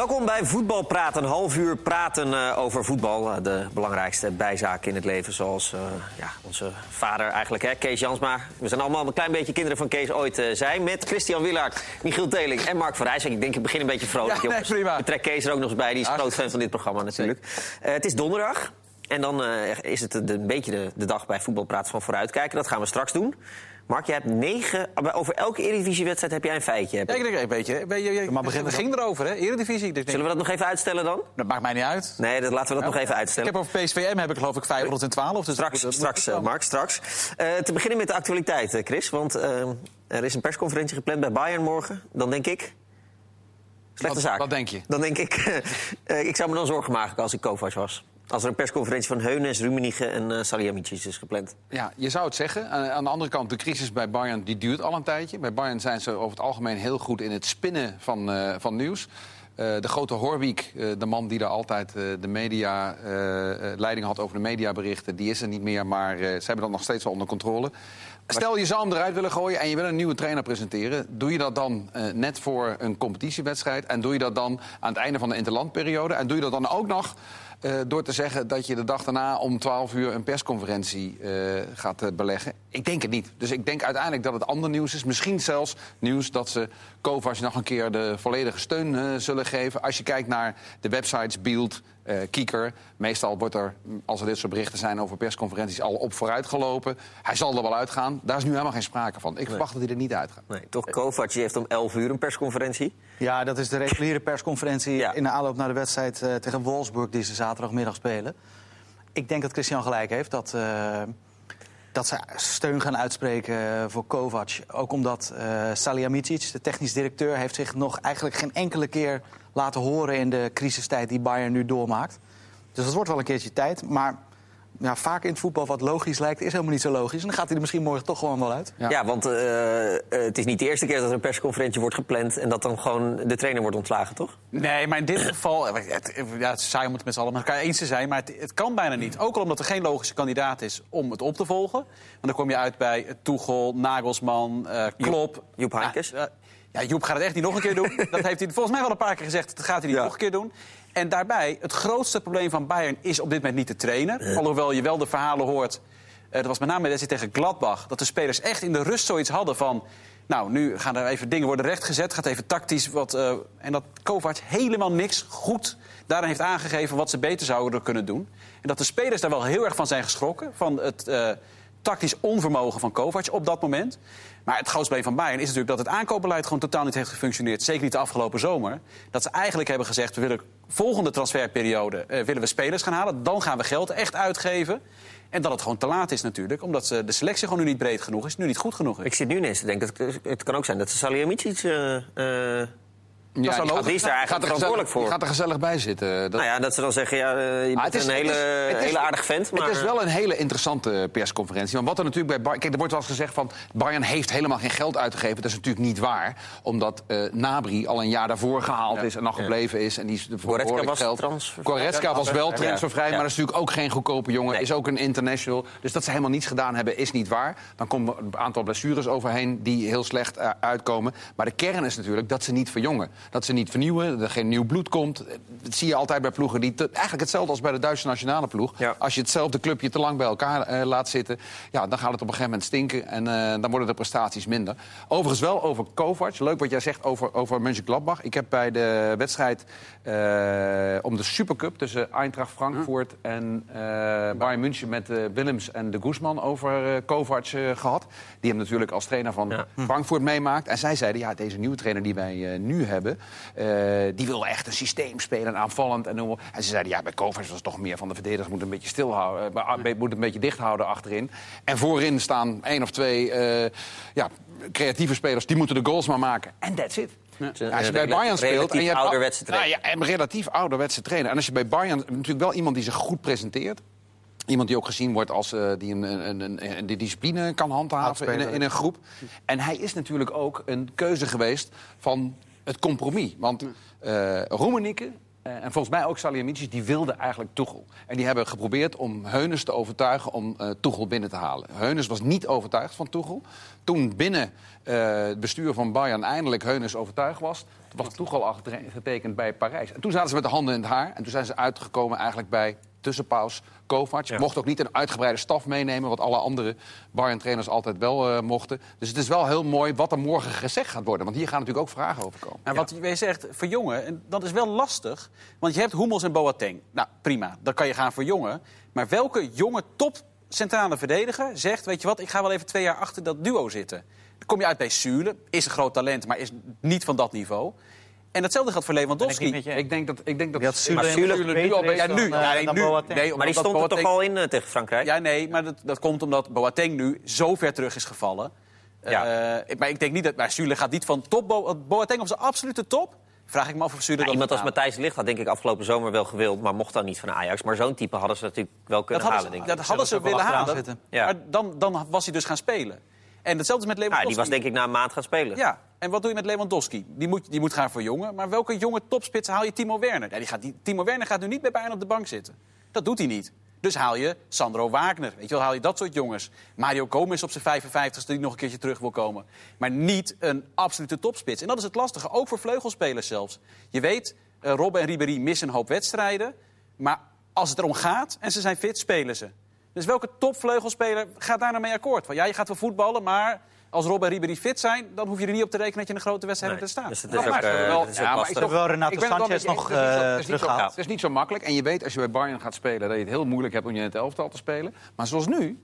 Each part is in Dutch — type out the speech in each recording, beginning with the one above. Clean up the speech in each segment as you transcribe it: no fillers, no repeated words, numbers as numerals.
Welkom bij Voetbal Praten. Een half uur praten over voetbal. De belangrijkste bijzaken in het leven. Zoals onze vader eigenlijk, hè, Kees Jansma. We zijn allemaal een klein beetje kinderen van Kees ooit zijn. Met Christian Willaert, Michiel Teling en Mark van Rijswijk. Ik denk, ik begin een beetje vrolijk, jongens. Prima. We trekken Kees er ook nog eens bij. Die is groot fan van dit programma natuurlijk. Het is donderdag. En dan is het een beetje de dag bij Voetbal Praten van vooruitkijken. Dat gaan we straks doen. Mark, jij hebt 9... Over elke Eredivisiewedstrijd heb jij een feitje. Ja, ik denk een beetje. Maar we gingen erover, hè? Eredivisie. Dus zullen we dat nog even uitstellen dan? Dat maakt mij niet uit. Nee, laten we dat nog even uitstellen. Ik heb over PSVM heb ik geloof ik 512. Dus straks, Mark, straks. Te beginnen met de actualiteit, Chris. Want er is een persconferentie gepland bij Bayern morgen. Dan denk ik... Slechte zaak. Wat denk je? Dan denk ik... ik zou me dan zorgen maken als ik Kovac was. Als er een persconferentie van Heunes, Rummenigge en Salihamidzic is gepland. Ja, je zou het zeggen. Aan de andere kant, de crisis bij Bayern die duurt al een tijdje. Bij Bayern zijn ze over het algemeen heel goed in het spinnen van nieuws. De grote Horwijk, de man die daar altijd de media leiding had over de mediaberichten, die is er niet meer, maar ze hebben dat nog steeds wel onder controle. Stel, je zou hem eruit willen gooien en je wil een nieuwe trainer presenteren. Doe je dat dan net voor een competitiewedstrijd? En doe je dat dan aan het einde van de interlandperiode? En doe je dat dan ook nog door te zeggen dat je de dag daarna om 12 uur een persconferentie gaat beleggen? Ik denk het niet. Dus ik denk uiteindelijk dat het ander nieuws is. Misschien zelfs nieuws dat ze Kovac nog een keer de volledige steun zullen geven. Als je kijkt naar de websites Bild, Kieker. Meestal wordt er, als er dit soort berichten zijn over persconferenties, al op vooruit gelopen. Hij zal er wel uitgaan. Daar is nu helemaal geen sprake van. Ik verwacht dat hij er niet uitgaat. Nee, toch, Kovac heeft om 11 uur een persconferentie. Ja, dat is de reguliere persconferentie in de aanloop naar de wedstrijd tegen Wolfsburg die ze zaterdagmiddag spelen. Ik denk dat Christian gelijk heeft dat ze steun gaan uitspreken voor Kovac. Ook omdat Salihamidzic, de technisch directeur, heeft zich nog eigenlijk geen enkele keer laten horen in de crisistijd die Bayern nu doormaakt. Dus dat wordt wel een keertje tijd. Maar ja, vaak in het voetbal wat logisch lijkt, is helemaal niet zo logisch. En dan gaat hij er misschien morgen toch gewoon wel uit. Ja, want het is niet de eerste keer dat er een persconferentie wordt gepland en dat dan gewoon de trainer wordt ontslagen, toch? Nee, maar in dit geval... het is saai om het met z'n allen met elkaar eens te zijn, maar het kan bijna niet. Ook al omdat er geen logische kandidaat is om het op te volgen. Want dan kom je uit bij Tuchel, Nagelsman, Klopp. Joep Heynckes. Ja, Joep gaat het echt niet nog een keer doen. Dat heeft hij volgens mij wel een paar keer gezegd. Dat gaat hij niet nog een keer doen. En daarbij, het grootste probleem van Bayern is op dit moment niet de trainer. Alhoewel je wel de verhalen hoort... dat was met name de wedstrijd tegen Gladbach... dat de spelers echt in de rust zoiets hadden van... nou, nu gaan er even dingen worden rechtgezet. Gaat even tactisch wat... en dat Kovac helemaal niks goed daarin heeft aangegeven... wat ze beter zouden kunnen doen. En dat de spelers daar wel heel erg van zijn geschrokken. Van het tactisch onvermogen van Kovac op dat moment... Maar het grootste probleem van Bayern is natuurlijk dat het aankoopbeleid gewoon totaal niet heeft gefunctioneerd. Zeker niet de afgelopen zomer. Dat ze eigenlijk hebben gezegd, we willen volgende transferperiode willen we spelers gaan halen. Dan gaan we geld echt uitgeven. En dat het gewoon te laat is natuurlijk. Omdat de selectie gewoon nu niet breed genoeg is, nu niet goed genoeg is. Ik zit nu ineens te denken, het kan ook zijn dat ze Salihamidzic... Ja, die is daar eigenlijk verantwoordelijk voor. Die gaat er gezellig bij zitten. Dat ze dan zeggen, je bent een hele aardig vent. Maar... Het is wel een hele interessante persconferentie. Want wat er natuurlijk bij Bayern... Kijk, er wordt wel eens gezegd van... Bayern heeft helemaal geen geld uitgegeven. Dat is natuurlijk niet waar. Omdat Gnabry al een jaar daarvoor gehaald is en nog gebleven is. En die is Goretzka was wel transfervrij. Maar dat is natuurlijk ook geen goedkope jongen. Nee. Is ook een international. Dus dat ze helemaal niets gedaan hebben, is niet waar. Dan komen er een aantal blessures overheen die heel slecht uitkomen. Maar de kern is natuurlijk dat ze niet verjongen. Dat ze niet vernieuwen, dat er geen nieuw bloed komt. Dat zie je altijd bij ploegen die... Eigenlijk hetzelfde als bij de Duitse nationale ploeg. Ja. Als je hetzelfde clubje te lang bij elkaar laat zitten... Ja, dan gaat het op een gegeven moment stinken en dan worden de prestaties minder. Overigens wel over Kovac. Leuk wat jij zegt over Mönchengladbach. Ik heb bij de wedstrijd om de Supercup tussen Eintracht Frankfurt en Bayern München... met Willems en de Guzman over Kovac gehad. Die hem natuurlijk als trainer van Frankfurt meemaakt. En zij zeiden, ja, deze nieuwe trainer die wij nu hebben... die wil echt een systeem spelen, aanvallend. En ze zeiden, ja, bij Kovac was het toch meer van de verdedigers... moet een beetje stilhouden, moet een beetje dicht houden achterin. En voorin staan 1 of 2 creatieve spelers... die moeten de goals maar maken. En that's it. Ja. Als je bij Bayern speelt... en je hebt ouderwetse trainer. Een relatief ouderwetse trainer. En als je bij Bayern... natuurlijk wel iemand die zich goed presenteert... Iemand die ook gezien wordt als die een discipline kan handhaven in een groep. En hij is natuurlijk ook een keuze geweest van het compromis. Want Rummenigge en volgens mij ook Salihamidzic, die wilde eigenlijk Tuchel. En die hebben geprobeerd om Hoeneß te overtuigen om Tuchel binnen te halen. Hoeneß was niet overtuigd van Tuchel. Toen binnen het bestuur van Bayern eindelijk Hoeneß overtuigd was Tuchel al getekend bij Parijs. En toen zaten ze met de handen in het haar. En toen zijn ze uitgekomen eigenlijk bij tussenpaus Kovac. Ja. Mocht ook niet een uitgebreide staf meenemen, wat alle andere Bayern-trainers altijd wel mochten. Dus het is wel heel mooi wat er morgen gezegd gaat worden. Want hier gaan natuurlijk ook vragen over komen. Nou, wat jij zegt, verjongen, en dat is wel lastig. Want je hebt Hummels en Boateng. Nou, prima, dan kan je gaan verjongen. Maar welke jonge top centrale verdediger zegt, weet je wat, ik ga wel even 2 jaar achter dat duo zitten. Dan kom je uit bij Süle, is een groot talent, maar is niet van dat niveau. En datzelfde geldt voor Lewandowski. Ik denk dat Süle nu al beter. Maar die stond er toch al in tegen Frankrijk? Ja, nee, maar dat komt omdat Boateng nu zo ver terug is gevallen. Ja. Maar ik denk niet dat... Maar Süle gaat niet van top... Boateng op zijn absolute top... Vraag ik me af of Süle dat iemand als Matthijs de Ligt had denk ik afgelopen zomer wel gewild, maar mocht dan niet van Ajax. Maar zo'n type hadden ze natuurlijk wel kunnen halen, denk ik. Dat hadden ze willen halen. Ja. Maar dan was hij dus gaan spelen. En hetzelfde met Lewandowski. Ja, die was denk ik na een maand gaan spelen. Ja, en wat doe je met Lewandowski? Die moet gaan verjongen. Maar welke jonge topspits haal je Timo Werner? Ja, Timo Werner gaat nu niet bij Bayern op de bank zitten. Dat doet hij niet. Dus haal je Sandro Wagner. Weet je wel, haal je dat soort jongens. Mario Gomez op zijn 55ste die nog een keertje terug wil komen. Maar niet een absolute topspits. En dat is het lastige, ook voor vleugelspelers zelfs. Je weet, Robben en Ribéry missen een hoop wedstrijden. Maar als het erom gaat en ze zijn fit, spelen ze. Dus welke topvleugelspeler gaat daar nou mee akkoord? Van, ja, je gaat wel voetballen, maar als Robben en Ribéry fit zijn, dan hoef je er niet op te rekenen dat je in een grote wedstrijd hebt te staan. Dus het is ook lastig. Toch wel Renato Sanchez nog teruggehaald. Het is niet zo makkelijk. En je weet, als je bij Bayern gaat spelen, dat je het heel moeilijk hebt om je in het elftal te spelen. Maar zoals nu,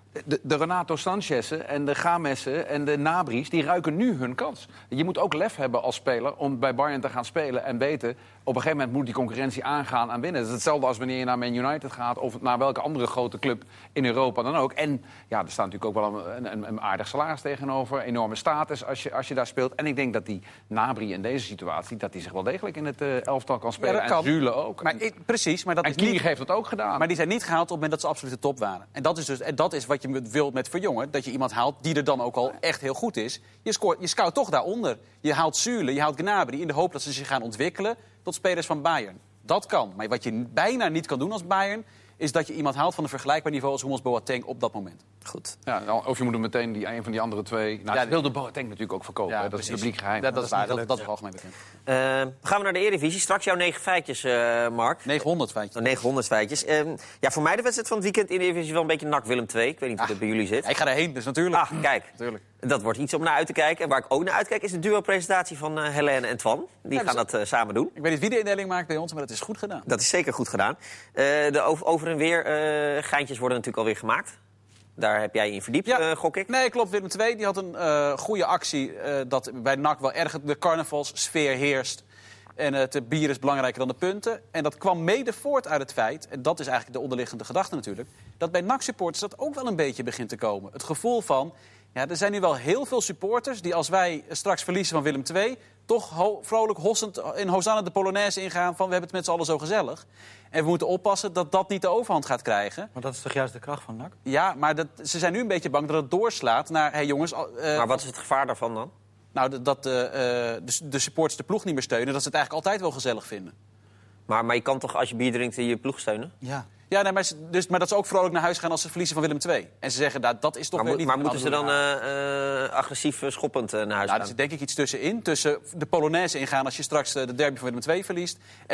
de Renato Sanchez'en en de Games'en en de Nabri's, die ruiken nu hun kans. Je moet ook lef hebben als speler om bij Bayern te gaan spelen en weten, op een gegeven moment moet die concurrentie aangaan en winnen. Het is hetzelfde als wanneer je naar Man United gaat of naar welke andere grote club in Europa dan ook. En ja, er staat natuurlijk ook wel een aardig salaris tegenover, enorme status als je daar speelt. En ik denk dat die Nabri in deze situatie, dat hij zich wel degelijk in het elftal kan spelen. Ja, dat en Süle ook. Maar precies, maar dat en Kier heeft dat ook gedaan. Maar die zijn niet gehaald op het moment dat ze absolute top waren. En dat is wat je wilt met verjongen. Dat je iemand haalt die er dan ook al echt heel goed is. Je scout toch daaronder. Je haalt Süle, je haalt Gnabry in de hoop dat ze zich gaan ontwikkelen tot spelers van Bayern. Dat kan. Maar wat je bijna niet kan doen als Bayern, is dat je iemand haalt van een vergelijkbaar niveau als Hummels Boateng op dat moment. Goed. Ja, of je moet hem meteen een van die andere twee... Nou, wilde Boateng natuurlijk ook verkopen. Ja, dat is publiek geheim. Dat is waar, dat is algemeen bekend. Gaan we naar de Eredivisie. Straks jouw 9 feitjes, Mark. 900 feitjes. 900 feitjes. Voor mij de wedstrijd van het weekend in de Eredivisie wel een beetje NAC Willem II. Ik weet niet hoe dat bij jullie zit. Ik ga erheen, dus natuurlijk. Kijk. Natuurlijk. Dat wordt iets om naar uit te kijken. En waar ik ook naar uitkijk is de duo-presentatie van Helene en Twan. Die gaan dat samen doen. Ik weet niet wie de indeling maakt bij ons, maar dat is goed gedaan. Dat is zeker goed gedaan. De over en weer geintjes worden natuurlijk alweer gemaakt. Daar heb jij in verdiept, gok ik. Nee, klopt. Willem II die had een goede actie dat bij NAC wel erg de carnavalssfeer heerst. En het bier is belangrijker dan de punten. En dat kwam mede voort uit het feit, en dat is eigenlijk de onderliggende gedachte natuurlijk, dat bij NAC-supporters dat ook wel een beetje begint te komen. Het gevoel van, ja, er zijn nu wel heel veel supporters die als wij straks verliezen van Willem II, toch vrolijk hossend in Hosanna de Polonaise ingaan van we hebben het met z'n allen zo gezellig. En we moeten oppassen dat dat niet de overhand gaat krijgen. Maar dat is toch juist de kracht van NAC? Ja, maar ze zijn nu een beetje bang dat het doorslaat naar, hey jongens... maar wat is het gevaar daarvan dan? Nou, dat de supporters de ploeg niet meer steunen, dat ze het eigenlijk altijd wel gezellig vinden. Maar je kan toch als je bier drinkt je ploeg steunen? Ja. Ja, nee, maar dat ze ook vrolijk naar huis gaan als ze verliezen van Willem II. En ze zeggen, dat is toch niet... Maar moeten ze dan agressief schoppend naar huis gaan? Er zit denk ik iets tussenin. Tussen de Polonaise ingaan als je straks de derby van Willem II verliest. En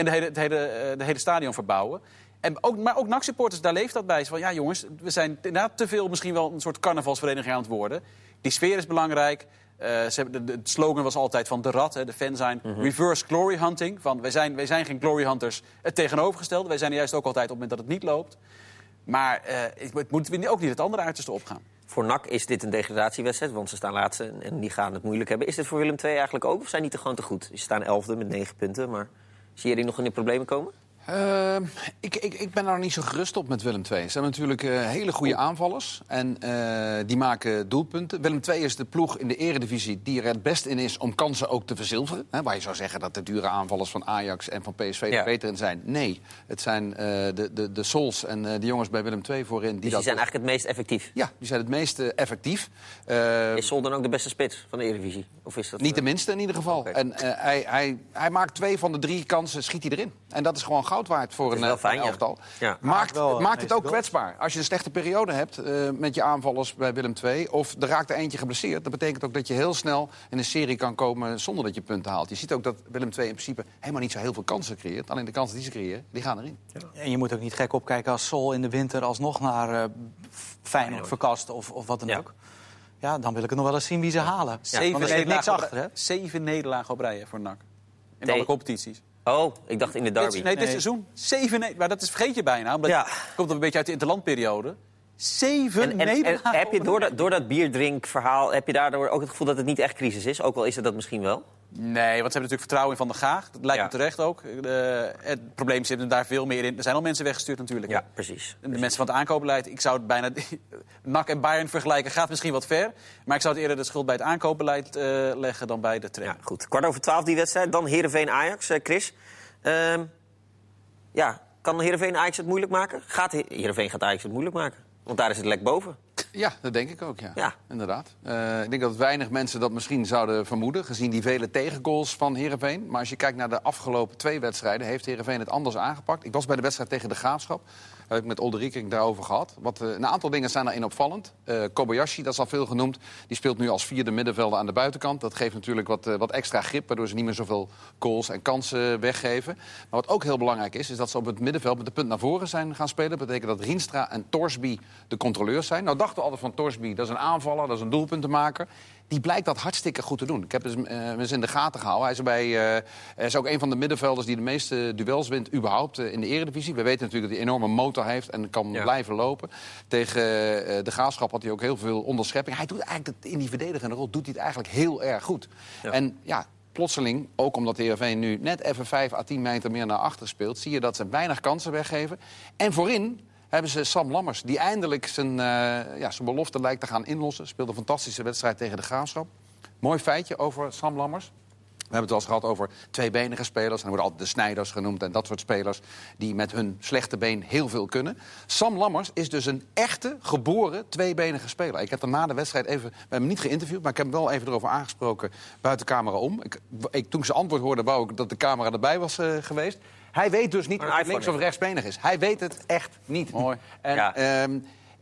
de hele stadion verbouwen. Maar ook NAC-supporters, daar leeft dat bij. Van, ja jongens, we zijn inderdaad te veel misschien wel een soort carnavalsvereniging aan het worden. Die sfeer is belangrijk. De slogan was altijd van de Rad, de fan zijn. Reverse glory hunting. Van wij zijn geen glory hunters. Het tegenovergestelde. Wij zijn er juist ook altijd op het moment dat het niet loopt. Maar het moet ook niet het andere uiterste opgaan. Voor NAC is dit een degradatiewedstrijd, want ze staan laatste en die gaan het moeilijk hebben. Is dit voor Willem II eigenlijk ook, of zijn die gewoon te goed? Ze staan 11e met 9 punten, maar zie je die nog in de problemen komen? Ik ben daar niet zo gerust op met Willem II. Ze hebben natuurlijk hele goede aanvallers. En die maken doelpunten. Willem II is de ploeg in de eredivisie die er het best in is om kansen ook te verzilveren. Waar je zou zeggen dat de dure aanvallers van Ajax en van PSV er beter in zijn. Nee, het zijn de Sols en de jongens bij Willem II voorin. Die zijn eigenlijk het meest effectief? Ja, die zijn het meest effectief. Is Sol dan ook de beste spits van de eredivisie? Of is dat, niet de minste in ieder geval. Okay. En hij maakt 2 van de 3 kansen, schiet hij erin. En dat is gewoon goud waard voor een elftal. Ja. Maakt het ook kwetsbaar. Als je een slechte periode hebt met je aanvallers bij Willem II... of er raakt er eentje geblesseerd... dat betekent ook dat je heel snel in een serie kan komen zonder dat je punten haalt. Je ziet ook dat Willem II in principe helemaal niet zo heel veel kansen creëert. Alleen de kansen die ze creëren, die gaan erin. Ja. En je moet ook niet gek opkijken als Sol in de winter alsnog naar Feyenoord verkast of wat dan ook. Ja, dan wil ik het nog wel eens zien wie ze halen. 7 nederlagen op rij voor NAC. In alle competities. Oh, ik dacht in de derby. Dit seizoen. 7 maar dat vergeet je bijna. Omdat het komt een beetje uit de interlandperiode. 7 nederlagen. En heb je door dat bierdrinkverhaal... heb je daardoor ook het gevoel dat het niet echt crisis is? Ook al is het dat misschien wel? Nee, want ze hebben natuurlijk vertrouwen in Van der Gaag. Dat lijkt me terecht ook. Het probleem zit daar veel meer in. Er zijn al mensen weggestuurd natuurlijk. Ja, precies. De mensen van het aankoopbeleid. Ik zou het bijna... NAC en Bayern vergelijken gaat misschien wat ver. Maar ik zou het eerder de schuld bij het aankoopbeleid leggen dan bij de trainer. Ja, goed. 11:15 die wedstrijd. Dan Heerenveen-Ajax. Chris? Kan Heerenveen-Ajax het moeilijk maken? Heerenveen gaat Ajax het moeilijk maken? Want daar is het lek boven. Ja, dat denk ik ook, ja. Inderdaad. Ik denk dat weinig mensen dat misschien zouden vermoeden... gezien die vele tegengoals van Heerenveen. Maar als je kijkt naar de afgelopen 2 wedstrijden... heeft Heerenveen het anders aangepakt. Ik was bij de wedstrijd tegen de Graafschap. Daar heb ik met Olderieking daarover gehad. Een aantal dingen zijn daarin opvallend. Kobayashi, dat is al veel genoemd. Die speelt nu als 4e middenvelder aan de buitenkant. Dat geeft natuurlijk wat extra grip... waardoor ze niet meer zoveel goals en kansen weggeven. Maar wat ook heel belangrijk is dat ze op het middenveld... met de punt naar voren zijn gaan spelen. Dat betekent dat Rienstra en Torsby de controleurs zijn. Nou dachten we altijd van Torsby, dat is een aanvaller, dat is een doelpuntenmaker... Die blijkt dat hartstikke goed te doen. Ik heb hem in de gaten gehouden. Hij is ook een van de middenvelders die de meeste duels wint überhaupt in de eredivisie. We weten natuurlijk dat hij een enorme motor heeft en kan blijven lopen. Tegen de Graafschap had hij ook heel veel onderschepping. Hij doet eigenlijk in die verdedigende rol doet hij het eigenlijk heel erg goed. Ja. En plotseling, ook omdat Heerenveen nu net even 5 à 10 meter meer naar achter speelt... zie je dat ze weinig kansen weggeven. En voorin hebben ze Sam Lammers, die eindelijk zijn belofte lijkt te gaan inlossen. Speelde een fantastische wedstrijd tegen de Graafschap. Mooi feitje over Sam Lammers. We hebben het wel eens gehad over tweebenige spelers. En er worden altijd de Snijders genoemd en dat soort spelers... die met hun slechte been heel veel kunnen. Sam Lammers is dus een echte, geboren tweebenige speler. Ik heb hem na de wedstrijd we hebben hem niet geïnterviewd... maar ik heb hem wel even erover aangesproken buiten camera om. Toen ik zijn antwoord hoorde, wou ik dat de camera erbij was geweest. Hij weet dus niet of hij links- of rechtsbenig is. Hij weet het echt niet. Mooi. En,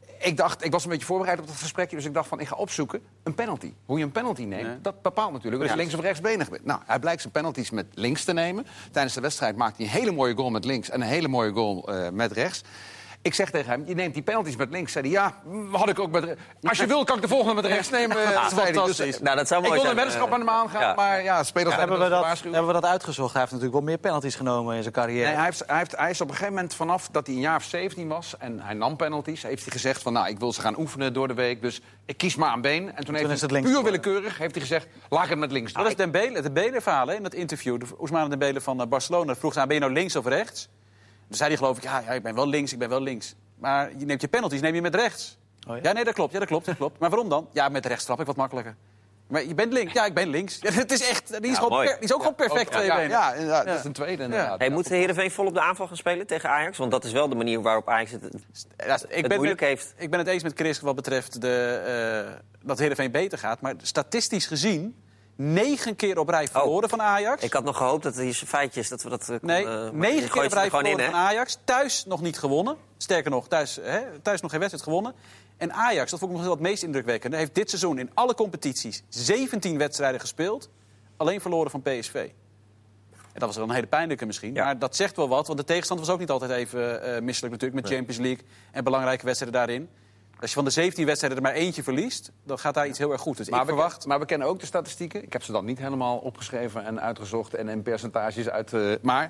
ik was een beetje voorbereid op dat gesprekje, dus ik dacht van, ik ga opzoeken een penalty. Hoe je een penalty neemt, dat bepaalt natuurlijk of je links- of rechtsbenig bent. Nou, hij blijkt zijn penalties met links te nemen. Tijdens de wedstrijd maakt hij een hele mooie goal met links en een hele mooie goal met rechts. Ik zeg tegen hem, je neemt die penalties met links. Zei hij, had ik ook met... Als je wil, kan ik de volgende met rechts nemen. Fantastisch. Dat zou mooi ik wil zijn. een weddenschap aan hem aangaan, maar spelers hebben we dat uitgezocht? Hij heeft natuurlijk wel meer penalties genomen in zijn carrière. Nee, hij is op een gegeven moment vanaf dat hij een jaar of 17 was... en hij nam penalties, heeft hij gezegd van... ik wil ze gaan oefenen door de week, dus ik kies maar een been. En toen heeft hij puur willekeurig heeft hij gezegd, laat ik het met links doen. Dat is het Dembele-verhaal in dat interview. Ousmane Dembele van Barcelona vroeg aan, ben je nou links of rechts? Toen zei hij geloof ik, ik ben wel links. Maar je neemt je penalties, neem je met rechts. Oh, ja? Ja, nee, dat klopt. Maar waarom dan? Ja, met rechts trap ik wat makkelijker. Maar je bent links. Ja, ik ben links. Het is echt, die is ook gewoon perfect twee benen. Ja, dat is een tweede inderdaad. Hey, moet Heerenveen vol op de aanval gaan spelen tegen Ajax? Want dat is wel de manier waarop Ajax het moeilijk heeft. Ik ben het eens met Chris wat betreft dat Heerenveen beter gaat. Maar statistisch gezien 9 keer op rij verloren van Ajax. Ik had nog gehoopt dat hier feitjes... dat we dat 9 keer op rij verloren van Ajax. Thuis nog niet gewonnen. Sterker nog, thuis nog geen wedstrijd gewonnen. En Ajax, dat vond ik nog wel het meest indrukwekkende... heeft dit seizoen in alle competities 17 wedstrijden gespeeld. Alleen verloren van PSV. En dat was wel een hele pijnlijke misschien. Ja. Maar dat zegt wel wat, want de tegenstand was ook niet altijd even misselijk natuurlijk... met Champions League en belangrijke wedstrijden daarin. Als je van de 17 wedstrijden er maar eentje verliest... dan gaat daar iets heel erg goed. Dus maar we kennen ook de statistieken. Ik heb ze dan niet helemaal opgeschreven en uitgezocht... en in percentages uit... er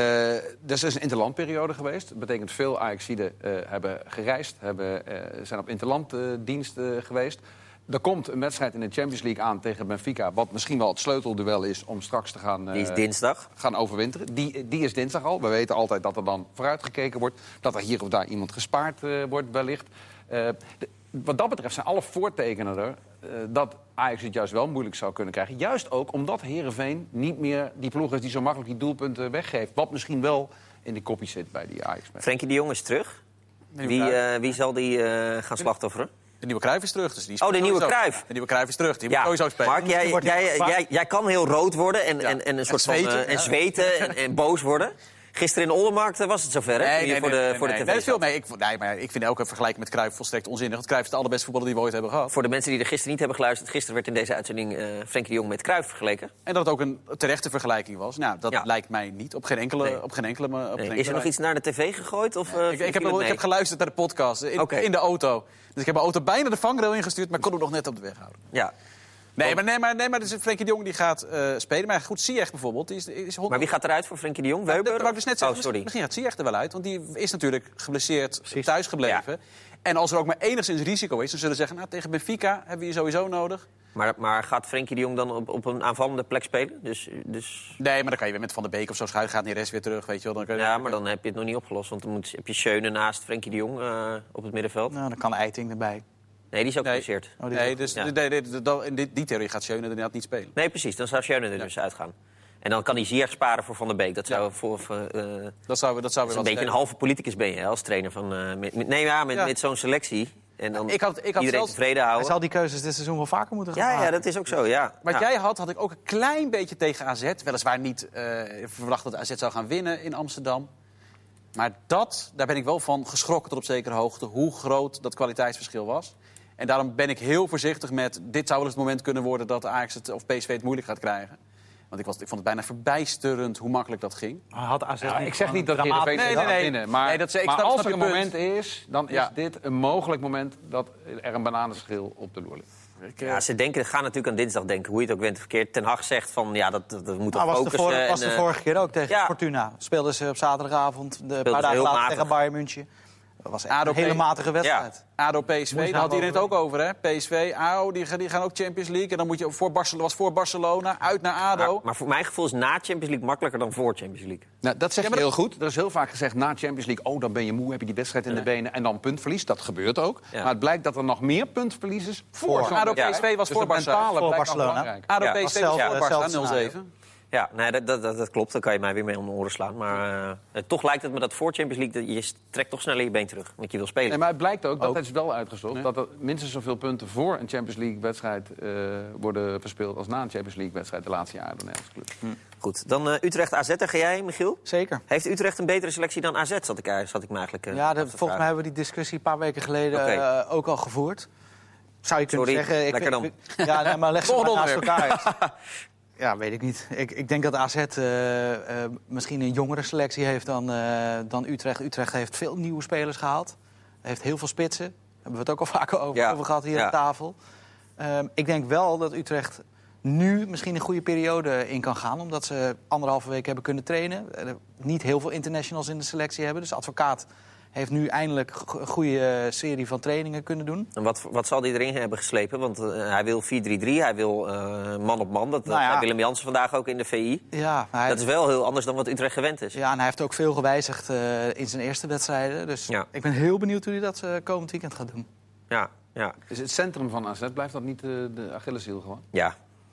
is een interlandperiode geweest. Dat betekent veel Ajaxiden hebben gereisd... zijn op interlanddienst geweest. Er komt een wedstrijd in de Champions League aan tegen Benfica... wat misschien wel het sleutelduel is om straks te gaan... Die is dinsdag. Gaan overwinteren. Die is dinsdag al. We weten altijd dat er dan vooruitgekeken wordt. Dat er hier of daar iemand gespaard wordt wellicht. Wat dat betreft zijn alle voortekenen er... dat Ajax het juist wel moeilijk zou kunnen krijgen. Juist ook omdat Heerenveen niet meer die ploeg is... die zo makkelijk die doelpunten weggeeft. Wat misschien wel in de kopie zit bij die Ajax. Frenkie de Jong is terug. Wie zal die gaan slachtofferen? De nieuwe Cruijff is terug. Dus die de nieuwe Cruijff. De nieuwe Cruijff is terug. Die moet sowieso spelen. Mark, jij kan heel rood worden en een soort van zweten en boos worden. Gisteren in Oldenmarkt was het zover, hè? Voor de tv. Nee, veel mee. Maar ik vind elke vergelijking met Cruijff volstrekt onzinnig. Want Cruijff is de allerbeste voetballer die we ooit hebben gehad. Voor de mensen die er gisteren niet hebben geluisterd... gisteren werd in deze uitzending Frenkie de Jong met Cruijff vergeleken. En dat het ook een terechte vergelijking was. Nou, dat lijkt mij niet. Op geen enkele Is er nog iets naar de tv gegooid? Of, ik heb geluisterd naar de podcast in de auto. Dus ik heb mijn auto bijna de vangrail ingestuurd... maar kon hem nog net op de weg houden. Ja. Nee, maar dus Frenkie de Jong die gaat spelen. Maar goed, Ziyech bijvoorbeeld. Maar wie gaat eruit voor Frenkie de Jong? Weber? Dat wou ik dus net zeggen. Sorry. Misschien gaat Ziyech er wel uit. Want die is natuurlijk geblesseerd thuis gebleven. Ja. En als er ook maar enigszins risico is... dan zullen ze zeggen, nou, tegen Benfica hebben we je sowieso nodig. Maar gaat Frenkie de Jong dan op een aanvallende plek spelen? Dus... Nee, maar dan kan je weer met Van der Beek of zo schuiven. Gaat Neres weer terug, weet je wel. Maar dan heb je het nog niet opgelost. Want dan heb je Schöne naast Frenkie de Jong op het middenveld. Nou, dan kan Eiting erbij. Nee, die is ook geblesseerd. In die theorie gaat Schöne inderdaad niet spelen. Nee, precies. Dan zou Schöne er dus uitgaan. En dan kan hij Ziyech sparen voor Van der Beek. Dat zou dat zou een beetje een halve politicus ben je als trainer van... met zo'n selectie. En dan ik had iedereen zelfs tevreden houden. Hij zal die keuzes dit seizoen wel vaker moeten gaan maken. Ja, dat is ook zo, ja. Wat jij had ik ook een klein beetje tegen AZ. Weliswaar niet verwacht dat AZ zou gaan winnen in Amsterdam. Maar daar ben ik wel van geschrokken tot op zekere hoogte... hoe groot dat kwaliteitsverschil was. En daarom ben ik heel voorzichtig met... dit zou wel eens het moment kunnen worden dat Ajax of PSV het moeilijk gaat krijgen. Want ik vond het bijna verbijsterend hoe makkelijk dat ging. Had AZ ik zeg niet dat Heerenveen gaat winnen. Maar als er een moment is, dan is dit een mogelijk moment... dat er een bananenschil op de loer ligt. Ja, ze gaan natuurlijk aan dinsdag denken, hoe je het ook went of verkeerd. Ten Hag zegt van, dat moet toch focussen. Was de vorige keer ook tegen Fortuna. Speelden ze op zaterdagavond, een paar dagen later tegen Bayern München. Dat was echt een hele matige wedstrijd. Ja. ADO PSV, daar had iedereen het ook over, hè? PSV, ADO, die gaan ook Champions League. En dan moet je voor Barcelona, uit naar ADO. Maar voor mijn gevoel is na Champions League makkelijker dan voor Champions League. Nou, dat zeg je heel goed. Er is heel vaak gezegd, na Champions League... dan ben je moe, heb je die wedstrijd in de benen en dan puntverlies. Dat gebeurt ook. Ja. Maar het blijkt dat er nog meer puntverlies is voor ADO PSV was voor Barcelona. ADO PSV was voor Barcelona 0-7. Ja, nee, dat klopt. Daar kan je mij weer mee om de oren slaan. Maar toch lijkt het me dat voor Champions League... je trekt toch sneller je been terug, want je wil spelen. Nee, maar het blijkt ook, dat is wel uitgezocht... dat er minstens zoveel punten voor een Champions League-wedstrijd... worden verspeeld als na een Champions League-wedstrijd... de laatste jaren door Nederlandse club. Goed, dan Utrecht-AZ. Daar ga jij, Michiel? Zeker. Heeft Utrecht een betere selectie dan AZ, zat ik me eigenlijk volgens mij hebben we die discussie een paar weken geleden ook al gevoerd. Zou je kunnen zeggen... lekker dan. Maar leg ze maar naast elkaar. Ja, weet ik niet. Ik denk dat AZ misschien een jongere selectie heeft dan Utrecht. Utrecht heeft veel nieuwe spelers gehaald. Heeft heel veel spitsen. Daar hebben we het ook al vaker over gehad hier aan tafel. Ik denk wel dat Utrecht nu misschien een goede periode in kan gaan. Omdat ze 1,5 week hebben kunnen trainen. Niet heel veel internationals in de selectie hebben. Dus Advocaat heeft nu eindelijk een goede serie van trainingen kunnen doen. En wat zal hij erin hebben geslepen? Want hij wil 4-3-3, hij wil man op man. Dat zei Willem Jansen vandaag ook in de VI. Ja, dat is wel heel anders dan wat Utrecht gewend is. Ja, en hij heeft ook veel gewijzigd in zijn eerste wedstrijden. Dus ik ben heel benieuwd hoe hij dat komend weekend gaat doen. Ja. Dus het centrum van AZ, blijft dat niet de Achilleshiel gewoon? Ja,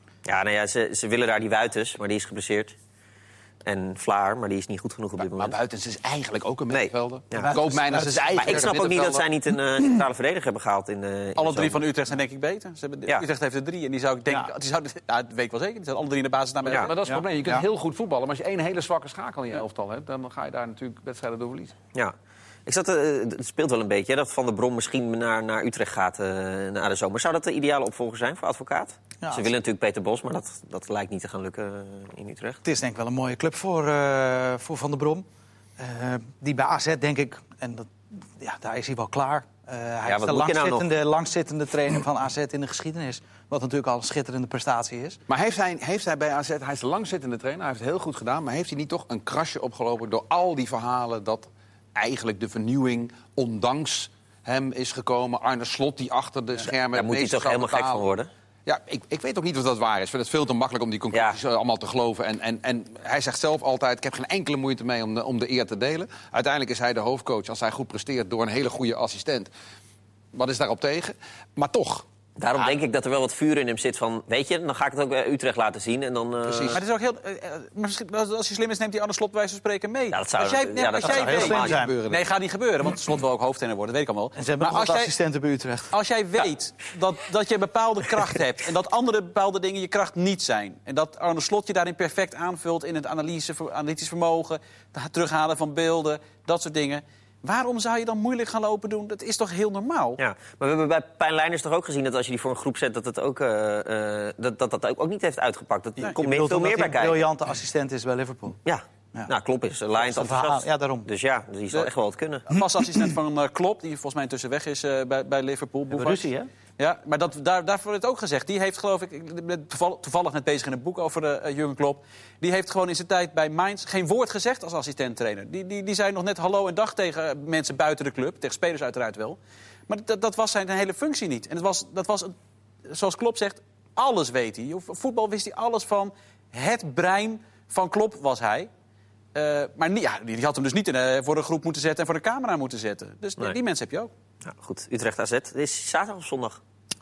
ze willen daar die Wuitens, maar die is geblesseerd. En Vlaar, maar die is niet goed genoeg op dit moment. Maar Buitens is eigenlijk ook een middenvelder. Ja. Koopmeiners is eigenlijk. Maar ik snap ook niet dat zij niet een centrale verdediger hebben gehaald. Alle 3 van Utrecht zijn denk ik beter. Utrecht heeft er 3 en die zou ik denken... dat weet ik wel zeker. Die zijn alle 3 in de basis naar maar dat is het probleem. Je kunt heel goed voetballen. Maar als je één hele zwakke schakel in je elftal hebt... dan ga je daar natuurlijk wedstrijden door verliezen. Ja. Het speelt wel een beetje, dat Van der Brom misschien naar Utrecht gaat na de zomer. Zou dat de ideale opvolger zijn voor Advocaat? Ja, ze willen natuurlijk Peter Bos, maar dat lijkt niet te gaan lukken in Utrecht. Het is denk ik wel een mooie club voor Van der Brom. Die bij AZ, denk ik, en daar is hij wel klaar. Hij is de langzittende trainer van AZ in de geschiedenis. Wat natuurlijk al een schitterende prestatie is. Maar heeft hij bij AZ, hij is de langzittende trainer, hij heeft het heel goed gedaan... maar heeft hij niet toch een krasje opgelopen door al die verhalen... dat eigenlijk de vernieuwing, ondanks hem is gekomen. Arne Slot, die achter de schermen... Daar moet hij toch helemaal gek van worden? Ja, ik weet ook niet of dat waar is. Ik vind het veel te makkelijk om die conclusies allemaal te geloven. En hij zegt zelf altijd, ik heb geen enkele moeite mee om de eer te delen. Uiteindelijk is hij de hoofdcoach als hij goed presteert door een hele goede assistent. Wat is daarop tegen? Maar toch... Daarom denk ik dat er wel wat vuur in hem zit van... weet je, dan ga ik het ook bij Utrecht laten zien. En dan, Precies. Maar het is ook heel... als hij slim is, neemt hij Arne Slot bij wijze van spreken mee. Ja, dat zou heel slim zijn. Nee, gaat niet gebeuren, want Slot wil ook hoofdtrainer worden, dat weet ik allemaal. En ze hebben nog assistenten bij Utrecht. Als jij weet dat je een bepaalde kracht hebt... en dat andere bepaalde dingen je kracht niet zijn... en dat Arne Slot je daarin perfect aanvult in het analytisch vermogen... het terughalen van beelden, dat soort dingen... Waarom zou je dan moeilijk gaan lopen doen? Dat is toch heel normaal? Ja, maar we hebben bij Pijn Leijners toch ook gezien... dat als je die voor een groep zet, dat het ook, dat ook niet heeft uitgepakt. Dat komt veel meer bij kijken. Een briljante assistent is bij Liverpool. Ja. Nou, Klopp is Lions enthousiast. Ja, daarom. Dus ja, die zal echt wel wat kunnen. Een vast assistent van Klopp, die volgens mij intussen weg is bij Liverpool. Ruzie, hè? Ja, maar daarvoor werd ook gezegd. Die heeft, geloof ik ben toevallig net bezig in een boek over Jurgen Klopp... die heeft gewoon in zijn tijd bij Mainz geen woord gezegd als assistent-trainer. Die zei nog net hallo en dag tegen mensen buiten de club. Tegen spelers uiteraard wel. Maar dat was zijn hele functie niet. En dat was zoals Klopp zegt, alles weet hij. Voetbal wist hij alles van. Het brein van Klopp was hij. Maar die had hem dus niet voor de groep moeten zetten... en voor de camera moeten zetten. Dus die mensen heb je ook. Ja, goed, Utrecht AZ. Dit is zaterdag of zondag?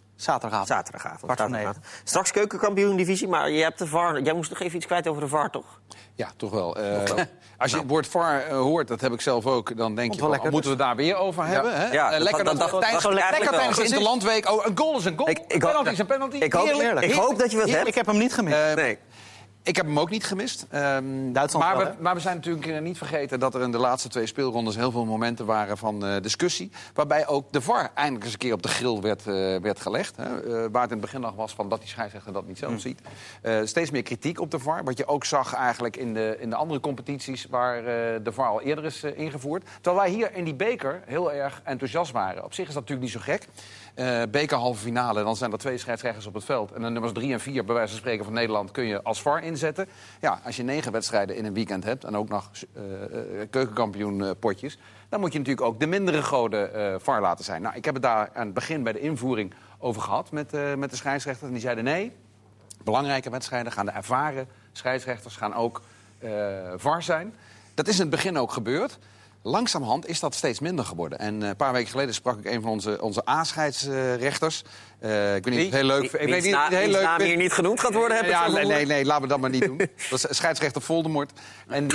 Zaterdagavond. Straks keukenkampioen-divisie, maar je hebt de VAR. Jij moest nog even iets kwijt over de VAR, toch? Ja, toch wel. Als je het woord VAR hoort, dat heb ik zelf ook... dan denk je, lekker, moeten we het daar weer over hebben? Hè? Ja, lekker tijdens de Interland week. Oh, een goal is een goal. Een penalty is een penalty. Ik hoop dat je wat hebt. Ik heb hem niet gemist. Nee. Ik heb hem ook niet gemist. Maar we zijn natuurlijk niet vergeten dat er in de laatste 2 speelrondes... heel veel momenten waren van discussie. Waarbij ook de VAR eindelijk eens een keer op de grill werd gelegd. Waar het in het begin nog was van dat die scheidsrechter dat niet zelf ziet. Steeds meer kritiek op de VAR. Wat je ook zag eigenlijk in de andere competities... waar de VAR al eerder is ingevoerd. Terwijl wij hier in die beker heel erg enthousiast waren. Op zich is dat natuurlijk niet zo gek. Beker halve finale, dan zijn er 2 scheidsrechters op het veld. En de nummers 3 en 4, bij wijze van spreken van Nederland... kun je als VAR inzetten. Ja, als je 9 wedstrijden in een weekend hebt... en ook nog keukenkampioenpotjes... dan moet je natuurlijk ook de mindere goden VAR laten zijn. Nou, ik heb het daar aan het begin bij de invoering over gehad... met de scheidsrechters. En die zeiden nee, belangrijke wedstrijden gaan de ervaren scheidsrechters... gaan ook VAR zijn. Dat is in het begin ook gebeurd. Langzamerhand is dat steeds minder geworden. En een paar weken geleden sprak ik een van onze A-scheidsrechters. Ik weet niet, heel leuk. Ik weet niet, heel leuk. Naam hier niet genoemd gaat worden. Nee, laten we dat maar niet doen. Dat is scheidsrechter Voldemort. En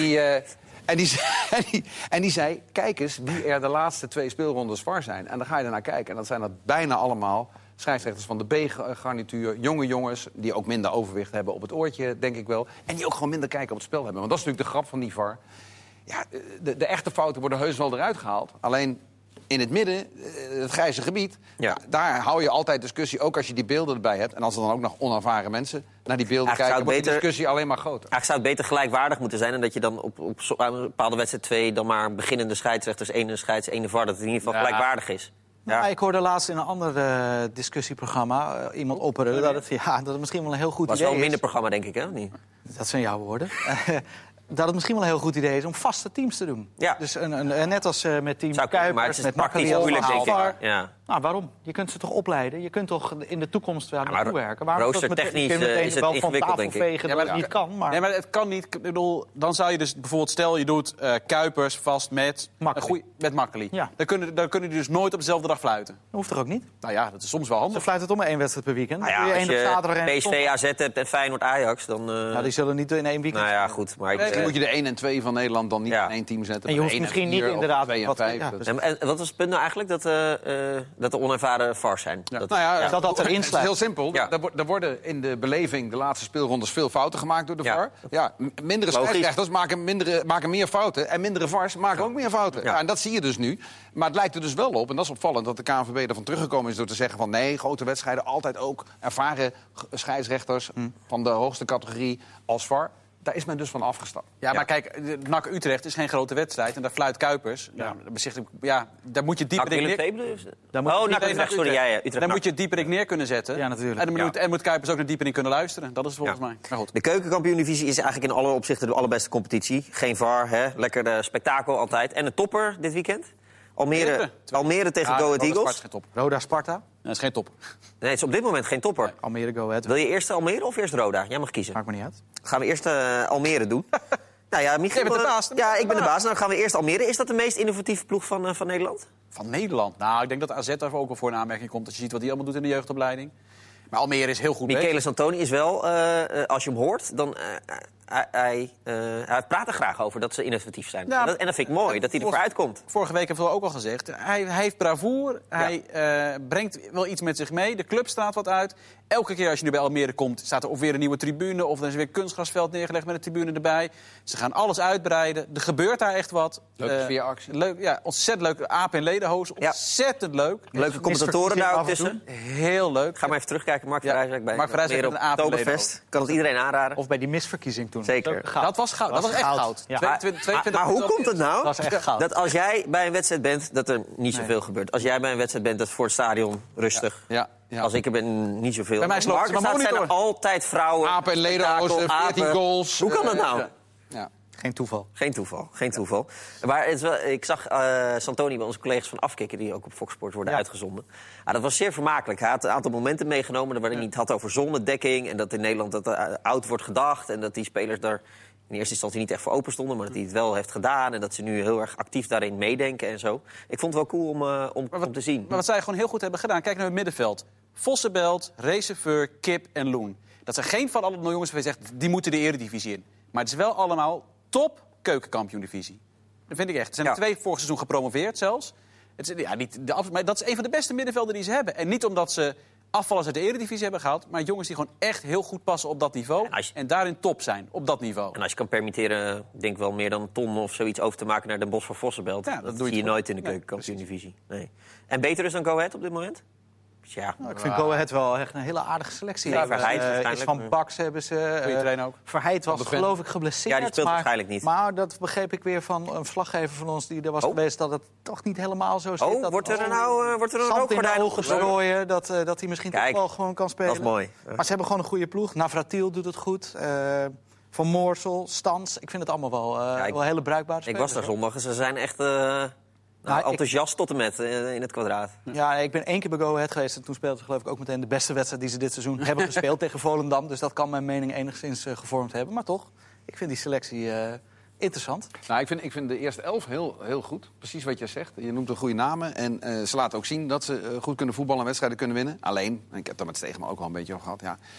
die zei, kijk eens wie er de laatste 2 speelrondes VAR zijn. En dan ga je ernaar kijken. En dat zijn er bijna allemaal scheidsrechters van de B-garnituur. Jonge jongens die ook minder overwicht hebben op het oortje, denk ik wel. En die ook gewoon minder kijken op het spel hebben. Want dat is natuurlijk de grap van die VAR. Ja, de echte fouten worden heus wel eruit gehaald. Alleen in het midden, het grijze gebied... Ja. Daar hou je altijd discussie, ook als je die beelden erbij hebt. En als er dan ook nog onervaren mensen naar die beelden kijken... wordt de discussie alleen maar groter. Eigenlijk zou het beter gelijkwaardig moeten zijn... en dat je dan op een bepaalde wedstrijd 2... dan maar beginnende scheidsrechters, één VAR... dat het in ieder geval gelijkwaardig is. Ja. Ik hoorde laatst in een ander discussieprogramma iemand opperen... dat het misschien wel een heel goed idee is. Was wel een minder programma, denk ik, hè? Niet? Dat zijn jouw woorden. Dat het misschien wel een heel goed idee is om vaste teams te doen. Ja. Dus net als met team Kuipers, maar het is met praktisch moeilijk, denk ik. Ja. Nou, waarom? Je kunt ze toch opleiden? Je kunt toch in de toekomst wel naartoe werken? Roostertechnisch is het ingewikkeld, denk ik. Vegen, dat het niet kan. Maar... Nee, maar het kan niet. Ik bedoel, dan zou je dus bijvoorbeeld... stel, je doet Kuipers vast met Makkeli. Ja. Dan kunnen die dus nooit op dezelfde dag fluiten. Dat hoeft toch ook niet? Nou ja, dat is soms wel handig. Ze fluiten toch maar 1 wedstrijd per weekend. Nou ja, als je PSV, AZ hebt en Feyenoord, Ajax, dan... Nou, die zullen niet in 1 weekend... Nou ja, goed. Maar dan moet je de 1 en 2 van Nederland dan niet in 1 team zetten. En je hoeft misschien niet inderdaad... 2 en 5. En wat was het punt nou eigenlijk? Dat er onervaren VARs zijn? Ja. Dat erin sluit. Het is heel simpel. Ja. Er worden in de beleving de laatste speelrondes veel fouten gemaakt door de VAR. Ja, mindere scheidsrechters maken meer fouten. En mindere VARs maken ook meer fouten. Ja, en dat zie je dus nu. Maar het lijkt er dus wel op, en dat is opvallend... dat de KNVB ervan teruggekomen is door te zeggen van... nee, grote wedstrijden altijd ook ervaren scheidsrechters... van de hoogste categorie als VAR. Daar is men dus van afgestapt. Ja, maar kijk, NAC Utrecht is geen grote wedstrijd. En daar fluit Kuipers. Daar moet je dieper in neer... Daar moet je dieper in neer kunnen zetten. Ja, natuurlijk. En moet Kuipers ook naar dieper in kunnen luisteren. Dat is volgens mij. Maar goed. De keukenkampioen-divisie is eigenlijk in alle opzichten de allerbeste competitie. Geen VAR, lekker spektakel altijd. En een topper dit weekend. Almere tegen Go Ahead Eagles. Roda Sparta. Dat is geen top. Nee, het is op dit moment geen topper. Almere Go Ahead. Wil je eerst Almere of eerst Roda? Jij mag kiezen. Maakt me niet uit. Gaan we eerst Almere doen? Nou ja, Michiel, Jij bent de baas. Ja, ik ben de baas. Dan gaan we eerst Almere. Is dat de meest innovatieve ploeg van Nederland? Van Nederland? Nou, ik denk dat AZ daar ook wel voor een aanmerking komt. Als je ziet wat hij allemaal doet in de jeugdopleiding. Maar Almere is heel goed bezig. Michele Santoni is wel, als je hem hoort, dan hij praat er graag over dat ze innovatief zijn. Ja, en dat vind ik mooi, dat hij ervoor uitkomt. Vorige week hebben we ook al gezegd. Hij heeft bravoure. Hij brengt wel iets met zich mee. De club straalt wat uit. Elke keer als je nu bij Almere komt, staat er of weer een nieuwe tribune... of er is weer een kunstgrasveld neergelegd met een tribune erbij. Ze gaan alles uitbreiden. Er gebeurt daar echt wat. Leuke sfeeractie. Leuk, ja, ontzettend leuk. Aap en Ledenhoos. Ontzettend leuk. Leuke commentatoren daar ook tussen. Heel leuk. Ga maar even terugkijken. Mark van Rijswijk bij Mark van Rijswijk op met een Aap en Oktoberfest. Kan het iedereen aanraden? Of bij die misverkiezing toen. Zeker. Dat was goud. Dat was echt goud. Ja. Maar hoe komt het nou Dat was echt goud. dat als jij bij een wedstrijd bent, dat er niet zoveel gebeurt? Als jij bij een wedstrijd bent, dat is voor het stadion rustig. Ja. Als ik er ben, niet zoveel. Bij mij sloopt Mark, ze mijn zijn er monitor. altijd vrouwen. Apen en Lederhozen, 14 goals. Hoe kan dat nou? Ja. Geen toeval. Geen toeval. Maar het is wel, ik zag Santoni bij onze collega's van Afkikken, die ook op Fox Sports worden uitgezonden. Dat was zeer vermakelijk. Hij had een aantal momenten meegenomen waarin hij het had over zonnedekking. En dat in Nederland dat oud wordt gedacht. En dat die spelers daar in eerste instantie niet echt voor open stonden. Maar dat hij het wel heeft gedaan. En dat ze nu heel erg actief daarin meedenken en zo. Ik vond het wel cool om te zien. Maar wat zij gewoon heel goed hebben gedaan. Kijk naar het middenveld. Vossenbelt, Reserveur, Kip en Loen. Dat zijn geen van alle jongens waar je zegt, die moeten de eredivisie in. Maar het is wel allemaal top keukenkampioen-divisie. Dat vind ik echt. Er zijn er 2 vorig seizoen gepromoveerd zelfs. Het is, maar dat is een van de beste middenvelden die ze hebben. En niet omdat ze afvallers uit de eredivisie hebben gehaald... maar jongens die gewoon echt heel goed passen op dat niveau... en daarin top zijn, op dat niveau. En als je kan permitteren, denk ik wel meer dan een ton of zoiets over te maken... naar Den Bosch van Vossenbelt. Ja, dat zie je nooit in de keukenkampioen-divisie. Nee. En beter dus dan Go Ahead op dit moment? Ja. Nou, ik vind Go Ahead wel echt een hele aardige selectie. Ja, Verheid is van Baks hebben ze. Goeie trainer ook. Verheid was geloof ik geblesseerd. Ja, die speelt waarschijnlijk niet. Maar dat begreep ik weer van een verslaggever van ons die er was geweest... dat het toch niet helemaal zo zit. Dat wordt er een rookgordijn opgestrooien dat hij misschien toch wel gewoon kan spelen. Dat is mooi. Maar ze hebben gewoon een goede ploeg. Navratil doet het goed. Van Moorsel, Stans. Ik vind het allemaal wel hele bruikbare spelers. Ik was daar zondag en ze zijn echt... enthousiast tot en met in het kwadraat. Ja, ik ben 1 keer bij Go Ahead geweest... en toen speelden ze geloof ik ook meteen de beste wedstrijd... die ze dit seizoen hebben gespeeld tegen Volendam. Dus dat kan mijn mening enigszins gevormd hebben. Maar toch, ik vind die selectie interessant. Nou, ik vind de eerste 11 heel goed. Precies wat jij zegt. Je noemt een goede namen. En ze laten ook zien dat ze goed kunnen voetballen en wedstrijden kunnen winnen. Alleen, en ik heb daar met Stegeman ook wel een beetje over gehad... Ja,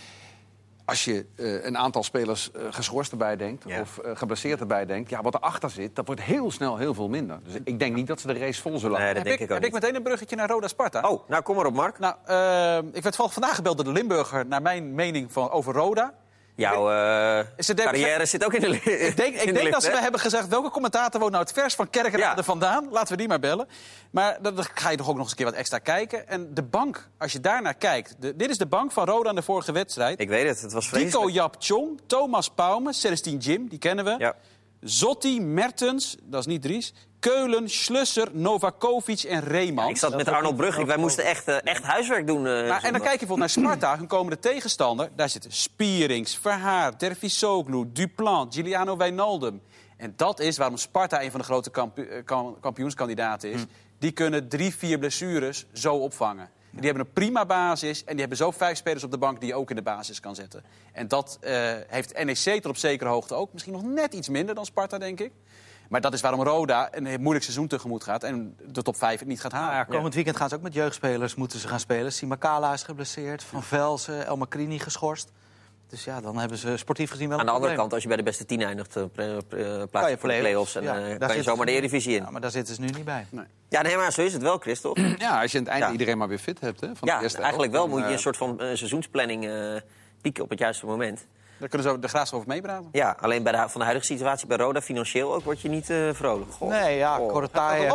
als je een aantal spelers geschorst erbij denkt... of geblesseerd erbij denkt... ja, wat erachter zit, dat wordt heel snel heel veel minder. Dus ik denk niet dat ze de race vol zullen houden. Nee, heb ik meteen een bruggetje naar Roda Sparta. Oh, nou kom maar op, Mark. Nou, ik werd vandaag gebeld door de Limburger... naar mijn mening over Roda. Jouw carrière zit ook in de lift. Ik denk dat ze mij hebben gezegd... welke commentator woont nou het vers van Kerkrade vandaan? Laten we die maar bellen. Maar dan ga je toch ook nog eens een keer wat extra kijken. En de bank, als je daarnaar kijkt... dit is de bank van Roda aan de vorige wedstrijd. Ik weet het was vreselijk. Dico Jap Chong, Thomas Pauwme, Celestine Jim, die kennen we. Ja. Zotti, Mertens, dat is niet Dries... Keulen, Schlusser, Novakovic en Reemans. Ja, ik zat met Arnold Brugge. Wij moesten echt huiswerk doen. En dan kijk je bijvoorbeeld naar Sparta, hun komende tegenstander. Daar zitten Spierings, Verhaar, Dervisoglu, Duplan, Giuliano Wijnaldum. En dat is waarom Sparta een van de grote kampioenskandidaten is. Die kunnen 3-4 blessures zo opvangen. Die hebben een prima basis en die hebben zo 5 spelers op de bank die je ook in de basis kan zetten. En dat heeft NEC tot op zekere hoogte ook. Misschien nog net iets minder dan Sparta, denk ik. Maar dat is waarom Roda een moeilijk seizoen tegemoet gaat... en de top 5 het niet gaat halen. Ja, komend weekend gaan ze ook met jeugdspelers moeten ze gaan spelen. Simakala is geblesseerd, Van Velzen, El Makrini geschorst. Dus ja, dan hebben ze sportief gezien wel aan de andere kant, als je bij de beste 10 eindigt... plaats je voor de play-offs en kan je zomaar de Eredivisie in. Ja, maar daar zitten ze nu niet bij. Nee. Ja, nee, maar zo is het wel, Chris, toch? Ja, als je aan het einde iedereen maar weer fit hebt. Hè, van de eerste eigenlijk wel moet je een soort van seizoensplanning pieken op het juiste moment. Daar kunnen ze de graag over meepraten. Ja, alleen van de huidige situatie bij Roda, financieel ook, word je niet vrolijk. Goh. Nee, ja, Korotayev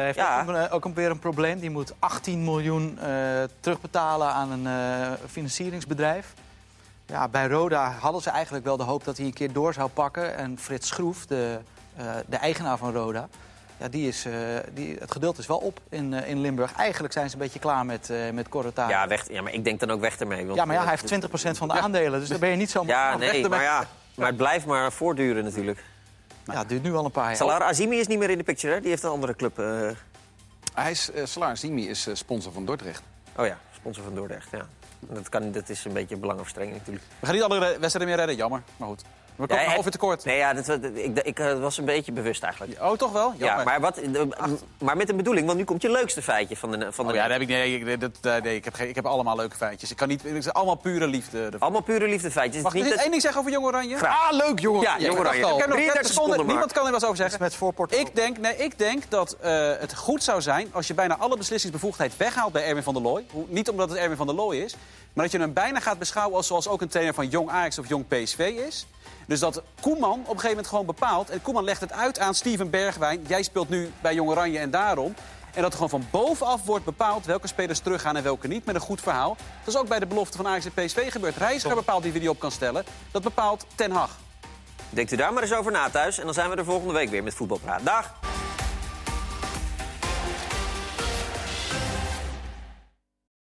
heeft ook weer een probleem. Die moet 18 miljoen terugbetalen aan een financieringsbedrijf. Ja, bij Roda hadden ze eigenlijk wel de hoop dat hij een keer door zou pakken. En Frits Schroef, de eigenaar van Roda... Ja, het geduld is wel op in Limburg. Eigenlijk zijn ze een beetje klaar met Korotayev. Ja, maar ik denk dan ook weg ermee. Want hij heeft 20% van de aandelen, dus daar ben je niet zo maar het blijft maar voortduren natuurlijk. Ja, het duurt nu al een paar jaar. Salar Azimi is niet meer in de picture, hè? Die heeft een andere club. Salar Simi is sponsor van Dordrecht. Oh ja, sponsor van Dordrecht, ja. Dat is een beetje belangenverstrengeling natuurlijk. We gaan niet alle wedstrijden meer redden, jammer. Maar goed. We komen over tekort. Nee, ja, ik was een beetje bewust eigenlijk. Oh, toch wel? Jammer. Ja, maar met een bedoeling, want nu komt je leukste feitje van de ja, dat heb ik, ik heb allemaal leuke feitjes. Het is allemaal pure liefde. Allemaal pure liefde feitjes. Mag ik één ding zeggen over Jong Oranje? Graag. Leuk, Jong Oranje. Ja, Jong Oranje. Ik heb nog 30 seconden. Niemand kan er wat over zeggen. Met voorport. Ik denk dat het goed zou zijn als je bijna alle beslissingsbevoegdheid weghaalt bij Erwin van der Looy. Niet omdat het Erwin van der Looy is, maar dat je hem bijna gaat beschouwen als zoals ook een trainer van Jong Ajax of Jong PSV is. Dus dat Koeman op een gegeven moment gewoon bepaalt. En Koeman legt het uit aan Steven Bergwijn. Jij speelt nu bij Jong Oranje en daarom. En dat er gewoon van bovenaf wordt bepaald welke spelers teruggaan en welke niet. Met een goed verhaal. Dat is ook bij de belofte van Ajax en PSV gebeurd. Reiziger bepaalt wie op kan stellen. Dat bepaalt Ten Hag. Denkt u daar maar eens over na thuis. En dan zijn we er volgende week weer met Voetbalpraat. Dag!